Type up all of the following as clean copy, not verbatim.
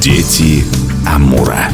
Дети Амура.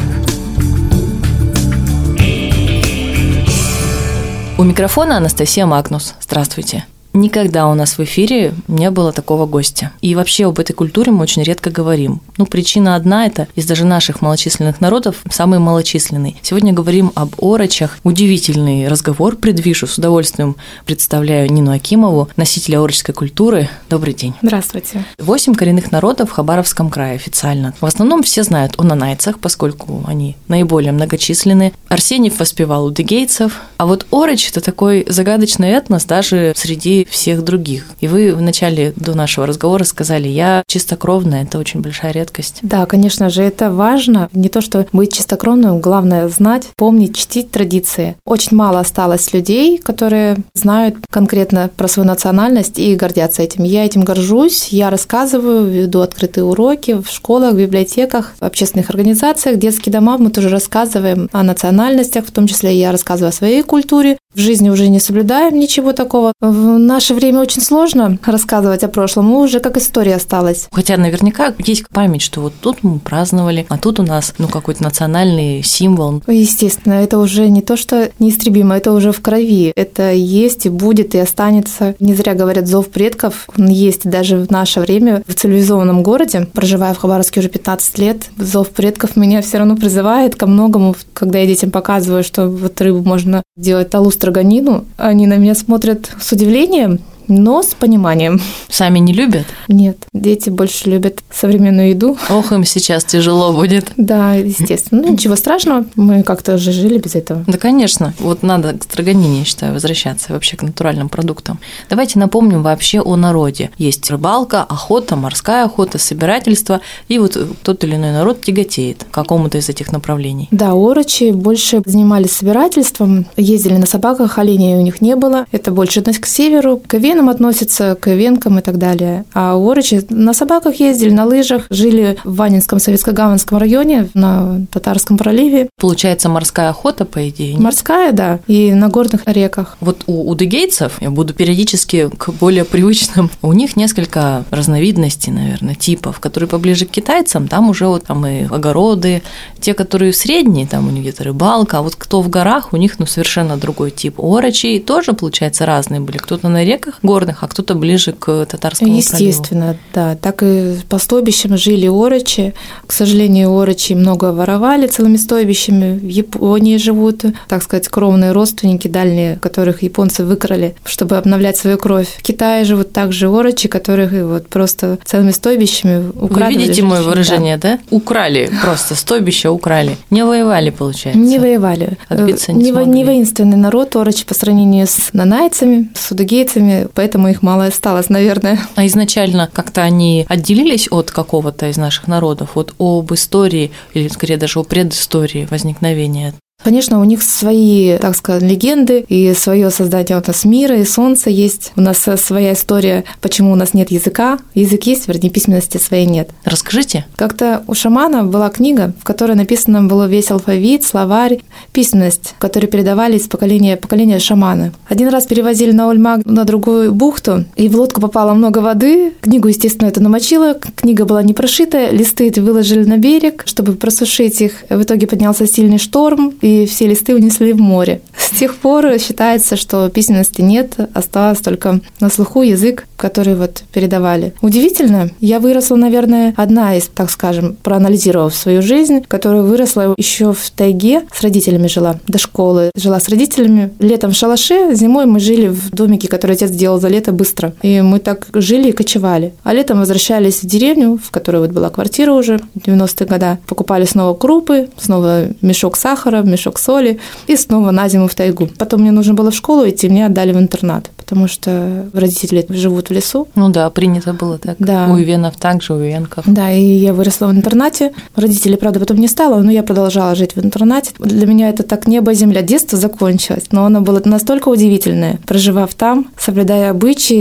У микрофона Анастасия Магнус. Здравствуйте. Никогда у нас в эфире не было такого гостя. И вообще об этой культуре мы очень редко говорим. Причина одна – это из даже наших малочисленных народов самый малочисленный. Сегодня говорим об орочах. Удивительный разговор предвижу. С удовольствием представляю Нину Акимову, носителя орочской культуры. Добрый день. Здравствуйте. 8 коренных народов в Хабаровском крае официально. В основном все знают о нанайцах, поскольку они наиболее многочисленны. Арсеньев воспевал удыгейцев. А вот ороч – это такой загадочный этнос даже среди всех других. И вы в начале до нашего разговора сказали, я чистокровная, это очень большая редкость. Да, конечно же, это важно. Не то, что быть чистокровным, главное знать, помнить, чтить традиции. Очень мало осталось людей, которые знают конкретно про свою национальность и гордятся этим. Я этим горжусь, я рассказываю, веду открытые уроки в школах, в библиотеках, в общественных организациях, детские дома. Мы тоже рассказываем о национальностях, в том числе я рассказываю о своей культуре. В жизни уже не соблюдаем ничего такого. В наше время очень сложно рассказывать о прошлом, уже как история осталась. Хотя наверняка есть память, что вот тут мы праздновали, а тут у нас какой-то национальный символ. Естественно, это уже не то, что неистребимо, это уже в крови. Это есть и будет, и останется. Не зря говорят, зов предков. Он есть даже в наше время в цивилизованном городе. Проживая в Хабаровске уже 15 лет, зов предков меня все равно призывает ко многому. Когда я детям показываю, что вот рыбу можно делать талу строганину, они на меня смотрят с удивлением, но с пониманием. Сами не любят? Нет, дети больше любят современную еду. Ох, им сейчас тяжело будет. Да, естественно. Ничего страшного, мы как-то уже жили без этого. Да, конечно. Вот надо к строганине, я считаю, возвращаться вообще к натуральным продуктам. Давайте напомним вообще о народе. Есть рыбалка, охота, морская охота, собирательство, и вот тот или иной народ тяготеет к какому-то из этих направлений. Да, орочи больше занимались собирательством, ездили на собаках, оленей у них не было. Это больше к северу, к венам относятся, к венкам и так далее. А орочи на собаках ездили, на лыжах, жили в Ванинском Советско-Гаванском районе, на Татарском проливе. Получается, морская охота, по идее? Нет? Морская, да, и на горных реках. Вот у удыгейцев, я буду периодически к более привычным, у них несколько разновидностей, наверное, типов, которые поближе к китайцам, там уже вот там и огороды, те, которые средние, там у них где-то рыбалка, а вот кто в горах, у них совершенно другой тип. Орочи тоже, получается, разные были, кто-то на реках горных, а кто-то ближе к Татарскому проливу. Естественно, да. Так и по стойбищам жили орочи. К сожалению, орочи много воровали целыми стойбищами. В Японии живут, так сказать, кровные родственники дальние, которых японцы выкрали, чтобы обновлять свою кровь. В Китае живут также орочи, которых вот просто целыми стойбищами украли. Вы видите мое выражение, да? Украли просто, стойбища украли. Не воевали, получается. Не воевали. Отбиться не смогли. Не воинственный народ орочи по сравнению с нанайцами, с удыгейцами, поэтому их мало осталось, наверное. А изначально как-то они отделились от какого-то из наших народов, вот об истории, или скорее даже о предыстории возникновения? Конечно, у них свои, так сказать, легенды и свое создание у нас мира и солнца есть. У нас своя история, почему у нас нет языка. Язык есть, вернее, письменности своей нет. Расскажите. Как-то у шамана была книга, в которой написано было весь алфавит, словарь, письменность, которые передавали из поколения в поколение шаманы. Один раз перевозили на Ольмаг на другую бухту, и в лодку попало много воды. Книгу, естественно, это намочило. Книга была не прошитая, листы выложили на берег, чтобы просушить их. В итоге поднялся сильный шторм, и все листы унесли в море. С тех пор считается, что письменности нет, осталось только на слуху язык, который вот передавали. Удивительно, я выросла, наверное, одна из, так скажем, проанализировав свою жизнь, которая выросла еще в тайге, с родителями жила, до школы. Жила с родителями, летом в шалаше, зимой мы жили в домике, который отец делал за лето быстро. И мы так жили и кочевали. А летом возвращались в деревню, в которой вот была квартира уже в 90-е годы. Покупали снова крупы, снова мешок сахара, мешок соли и снова на зиму в тайгу. Потом мне нужно было в школу идти, меня отдали в интернат, потому что родители живут в лесу. Ну да, принято было так. Да. У венов также, у венков. Да, и я выросла в интернате. Родителей, правда, потом не стало, но я продолжала жить в интернате. Для меня это так небо и земля. Детство закончилось, но оно было настолько удивительное. Проживав там, соблюдая обычаи,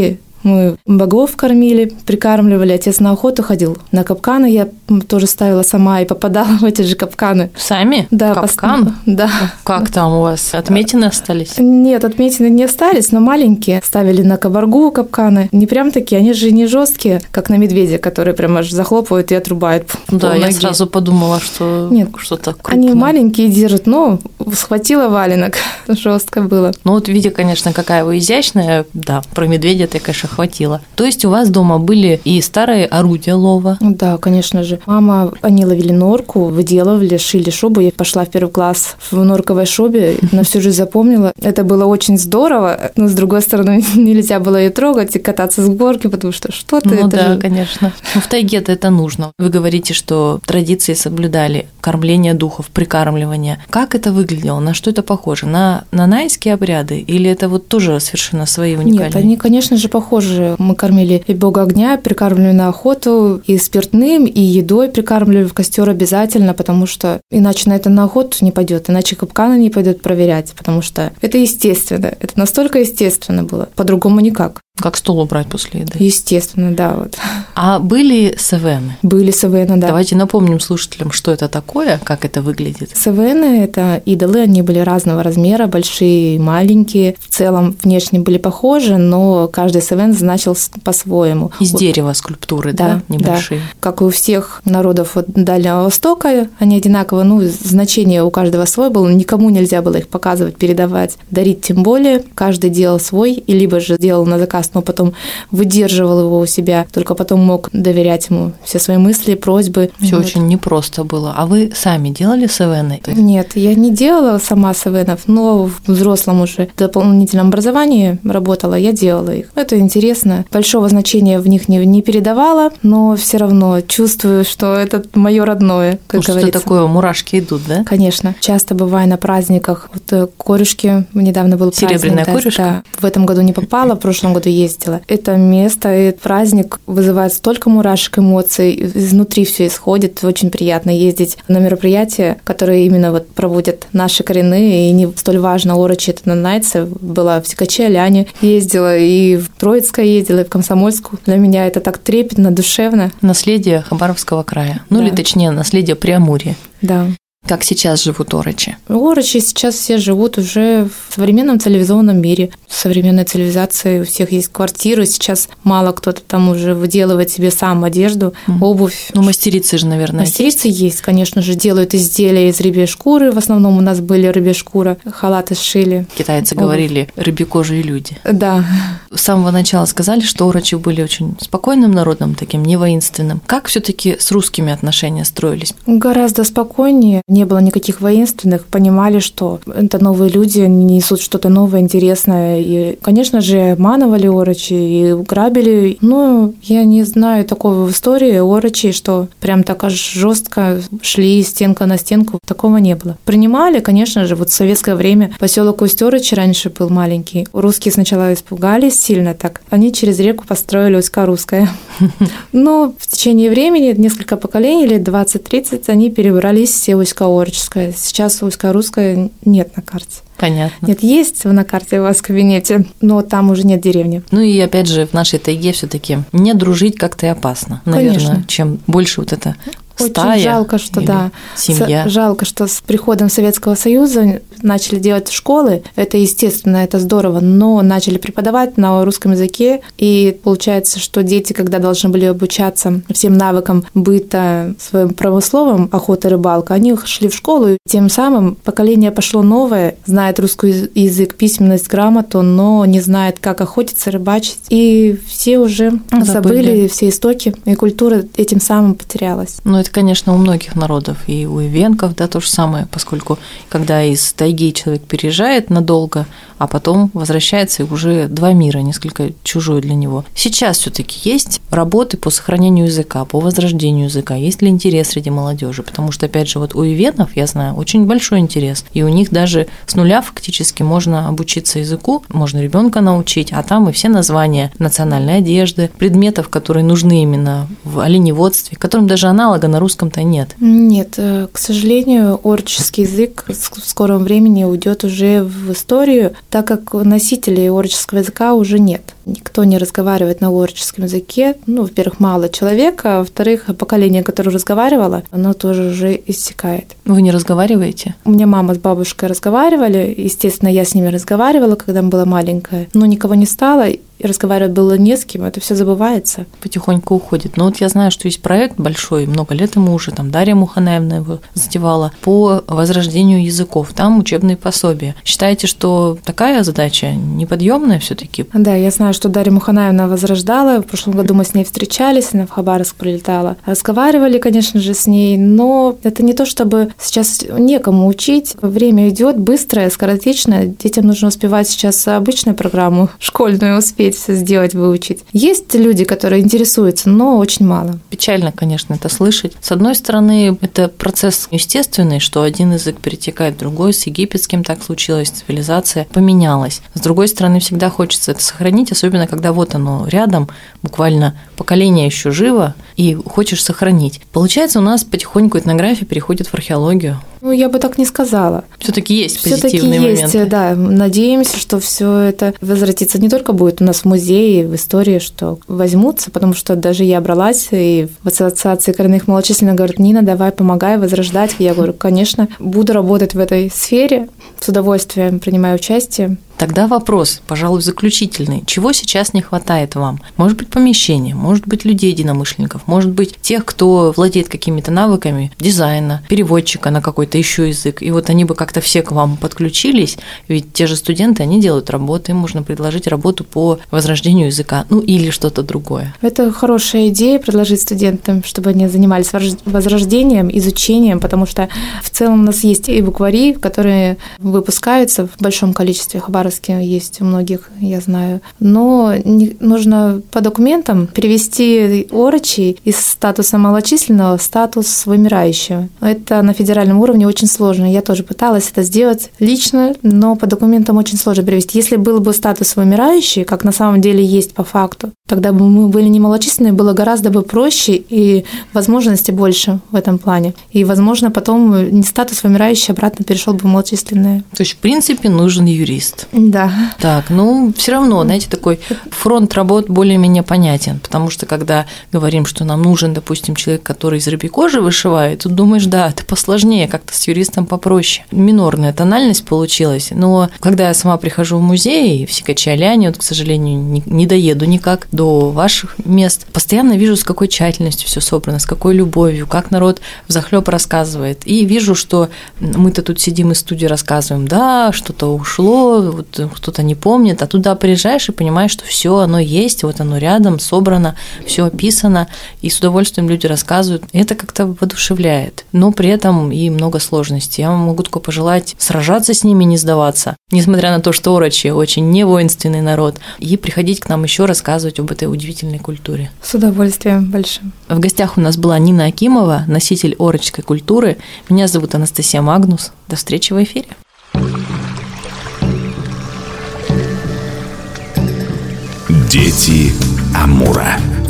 Мы богов кормили, прикармливали. Отец на охоту ходил, на капканы я тоже ставила сама и попадала в эти же капканы. Сами? Да, капкан? Да. Как там у вас? Отметины остались? Нет, отметины не остались, но маленькие. Ставили на кабаргу капканы. Не прям такие, они же не жесткие, как на медведя, которые прям аж захлопывают и отрубают. Да, я сразу подумала, что нет, что-то крупное. Они маленькие держат, но схватила валенок. Жестко было. Ну вот видя, конечно, какая вы изящная, да, про медведя-то, конечно, хватило. То есть у вас дома были и старые орудия лова? Да, конечно же. Мама, они ловили норку, выделывали, шили шубу. Я пошла в первый класс в норковой шубе, на всю жизнь запомнила. Это было очень здорово, но с другой стороны нельзя было ее трогать и кататься с горки, потому что что-то ну, это да, же... конечно. Но в тайге-то это нужно. Вы говорите, что традиции соблюдали, кормление духов, прикармливание. Как это выглядело? На что это похоже? На нанайские обряды? Или это вот тоже совершенно свои уникальные? Нет, они, конечно же, похожи. Мы кормили и бога огня, прикармливали на охоту, и спиртным, и едой прикармливали в костер обязательно, потому что иначе на это на охоту не пойдет, иначе капканы не пойдут проверять, потому что это естественно. Это настолько естественно было. По-другому никак. Как стол убрать после еды? Естественно, да. Вот. А были севены? Были севены, да. Давайте напомним слушателям, что это такое, как это выглядит. Севены – это идолы, они были разного размера, большие и маленькие. В целом внешне были похожи, но каждый севен значил по-своему. Из дерева скульптуры, да, небольшие? Да. Как и у всех народов Дальнего Востока, они одинаково, значение у каждого свой было, никому нельзя было их показывать, передавать, дарить тем более. Каждый делал свой, и либо же делал на заказ, но потом выдерживал его у себя, только потом мог доверять ему все свои мысли, просьбы. Все очень непросто было. А вы сами делали севены? Нет, я не делала сама севенов, но в взрослом уже дополнительном образовании работала, я делала их. Это интересно. Большого значения в них не передавала, но все равно чувствую, что это мое родное, как говорится. Что такое, мурашки идут, да? Конечно. Часто бываю на праздниках. Вот корюшки, недавно был праздник. Серебряная корюшка? Да. В этом году не попала, в прошлом году ездила. Это место, этот праздник вызывает столько мурашек, эмоций, изнутри все исходит. Очень приятно ездить на мероприятия, которые именно вот проводят наши коренные, и не столь важно, орочи это нанайцы. Была в Сикаче-Аляне ездила, и в Троицкое ездила, и в Комсомольску. Для меня это так трепетно, душевно. Наследие Хабаровского края. Да. Или точнее, наследие Преамурья. Да. Как сейчас живут орочи? Орочи сейчас все живут уже в современном цивилизованном мире. В современной цивилизации у всех есть квартиры. Сейчас мало кто-то там уже выделывает себе сам одежду, обувь. Ну, мастерицы же, наверное, мастерицы есть, конечно же, делают изделия из рыбьей шкуры. В основном у нас были рыбья шкура, халаты сшили. Китайцы говорили рыбьекожие люди. Да. С самого начала сказали, что орочи были очень спокойным народом, таким не воинственным. Как все-таки с русскими отношения строились? Гораздо спокойнее. Не было никаких воинственных, понимали, что это новые люди, они несут что-то новое, интересное. И, конечно же, обманывали орочи и грабили. Но я не знаю такого в истории орочи, что прям так аж жестко шли стенка на стенку. Такого не было. Принимали, конечно же, вот в советское время поселок Усть-Орочи раньше был маленький. Русские сначала испугались сильно так. Они через реку построили Усть-Русское. Но в течение времени, несколько поколений, лет 20-30, они перебрались все Усть-Орочское. Сейчас Усть-Русское нет на карте. Понятно. Нет, есть на карте у вас в кабинете, но там уже нет деревни. Ну и опять же, в нашей тайге все-таки не дружить как-то и опасно, наверное, конечно. Чем больше вот это стая. Очень жалко, что семья. Жалко, что с приходом Советского Союза начали делать школы. Это естественно, это здорово, но начали преподавать на русском языке, и получается, что дети, когда должны были обучаться всем навыкам быта своим промысловым, охота, рыбалка, они шли в школу, и тем самым поколение пошло новое, знает русский язык, письменность, грамоту, но не знает, как охотиться, рыбачить, и все уже забыли все истоки, и культура этим самым потерялась. Ну, это, конечно, у многих народов, и у ивенков, да, то же самое, поскольку когда из тайги человек переезжает надолго, а потом возвращается, и уже два мира, несколько чужой для него. Сейчас все-таки есть работы по сохранению языка, по возрождению языка, есть ли интерес среди молодежи, потому что, опять же, вот у ивенов, я знаю, очень большой интерес, и у них даже с нуля фактически можно обучиться языку, можно ребенка научить, а там и все названия национальной одежды, предметов, которые нужны именно в оленеводстве, которым даже аналога на русском-то нет. Нет, к сожалению, орческий язык в скором времени уйдет уже в историю. так как носителей ороческого языка уже нет. Никто не разговаривает на ороческом языке. Во-первых, мало человека, а во-вторых, поколение, которое разговаривало, оно тоже уже иссякает. Вы не разговариваете? У меня мама с бабушкой разговаривали. Естественно, я с ними разговаривала, когда была маленькая. Но никого не стало, и разговаривать было не с кем, это все забывается. Потихоньку уходит. Но я знаю, что есть проект большой, много лет ему уже, Дарья Муханаевна его затевала, по возрождению языков. Там учебные пособия. Считаете, что такая задача неподъемная все-таки? Да, я знаю, что Дарья Муханаевна возрождала. В прошлом году мы с ней встречались, она в Хабаровск прилетала. Разговаривали, конечно же, с ней, но это не то, чтобы сейчас некому учить. Время идет быстрое, скоротечно. Детям нужно успевать сейчас обычную программу школьную успеть все сделать, выучить. Есть люди, которые интересуются, но очень мало. Печально, конечно, это слышать. С одной стороны, это процесс естественный, что один язык перетекает в другой. С египетским так случилось, цивилизация поменялась. С другой стороны, всегда хочется это сохранить, особенно когда вот оно рядом, буквально поколение еще живо, и хочешь сохранить. Получается, у нас потихоньку этнография переходит в археологию. Я бы так не сказала. Все-таки есть позитивные моменты. Есть, да. Надеемся, что все это возвратится. Не только будет у нас в музее, в истории, что возьмутся, потому что даже я бралась, и в ассоциации коренных малочисленных говорят: Нина, давай, помогай возрождать. Я говорю: конечно, буду работать в этой сфере, с удовольствием принимаю участие. Тогда вопрос, пожалуй, заключительный. Чего сейчас не хватает вам? Может быть, помещения, может быть, людей-единомышленников, может быть, тех, кто владеет какими-то навыками дизайна, переводчика на какой-то еще язык. И вот они бы как-то все к вам подключились, ведь те же студенты, они делают работу, им можно предложить работу по возрождению языка, или что-то другое. Это хорошая идея, предложить студентам, чтобы они занимались возрождением, изучением, потому что в целом у нас есть и буквари, которые выпускаются в большом количестве. Хабаровске есть у многих, я знаю. Но нужно по документам перевести орочи из статуса малочисленного в статус вымирающего. Это на федеральном уровне очень сложно. Я тоже пыталась это сделать лично, но по документам очень сложно перевести. Если был бы статус вымирающий, как на самом деле есть по факту, тогда бы мы были не малочисленные, было гораздо бы проще и возможностей больше в этом плане. И, возможно, потом не статус вымирающий обратно перешел бы в малочисленное. То есть, в принципе, нужен юрист. Да. Так, все равно, знаете, такой фронт работ более-менее понятен, потому что когда говорим, что нам нужен, допустим, человек, который из рыбьей кожи вышивает, тут думаешь, да, это посложнее, как-то с юристом попроще. Минорная тональность получилась, но когда я сама прихожу в музей, в Сикачи-Аляне, к сожалению, не доеду никак до ваших мест, постоянно вижу, с какой тщательностью все собрано, с какой любовью, как народ взахлёб рассказывает. И вижу, что мы-то тут сидим из студии рассказываем, да, что-то ушло, кто-то не помнит, а туда приезжаешь и понимаешь, что все оно есть, вот оно рядом, собрано, все описано, и с удовольствием люди рассказывают. Это как-то воодушевляет, но при этом и много сложностей. Я могу только пожелать сражаться с ними, не сдаваться, несмотря на то, что орочи очень невоинственный народ, и приходить к нам еще рассказывать об этой удивительной культуре. С удовольствием большим. В гостях у нас была Нина Акимова, носитель орочской культуры. Меня зовут Анастасия Магнус. До встречи в эфире. Дети Амура.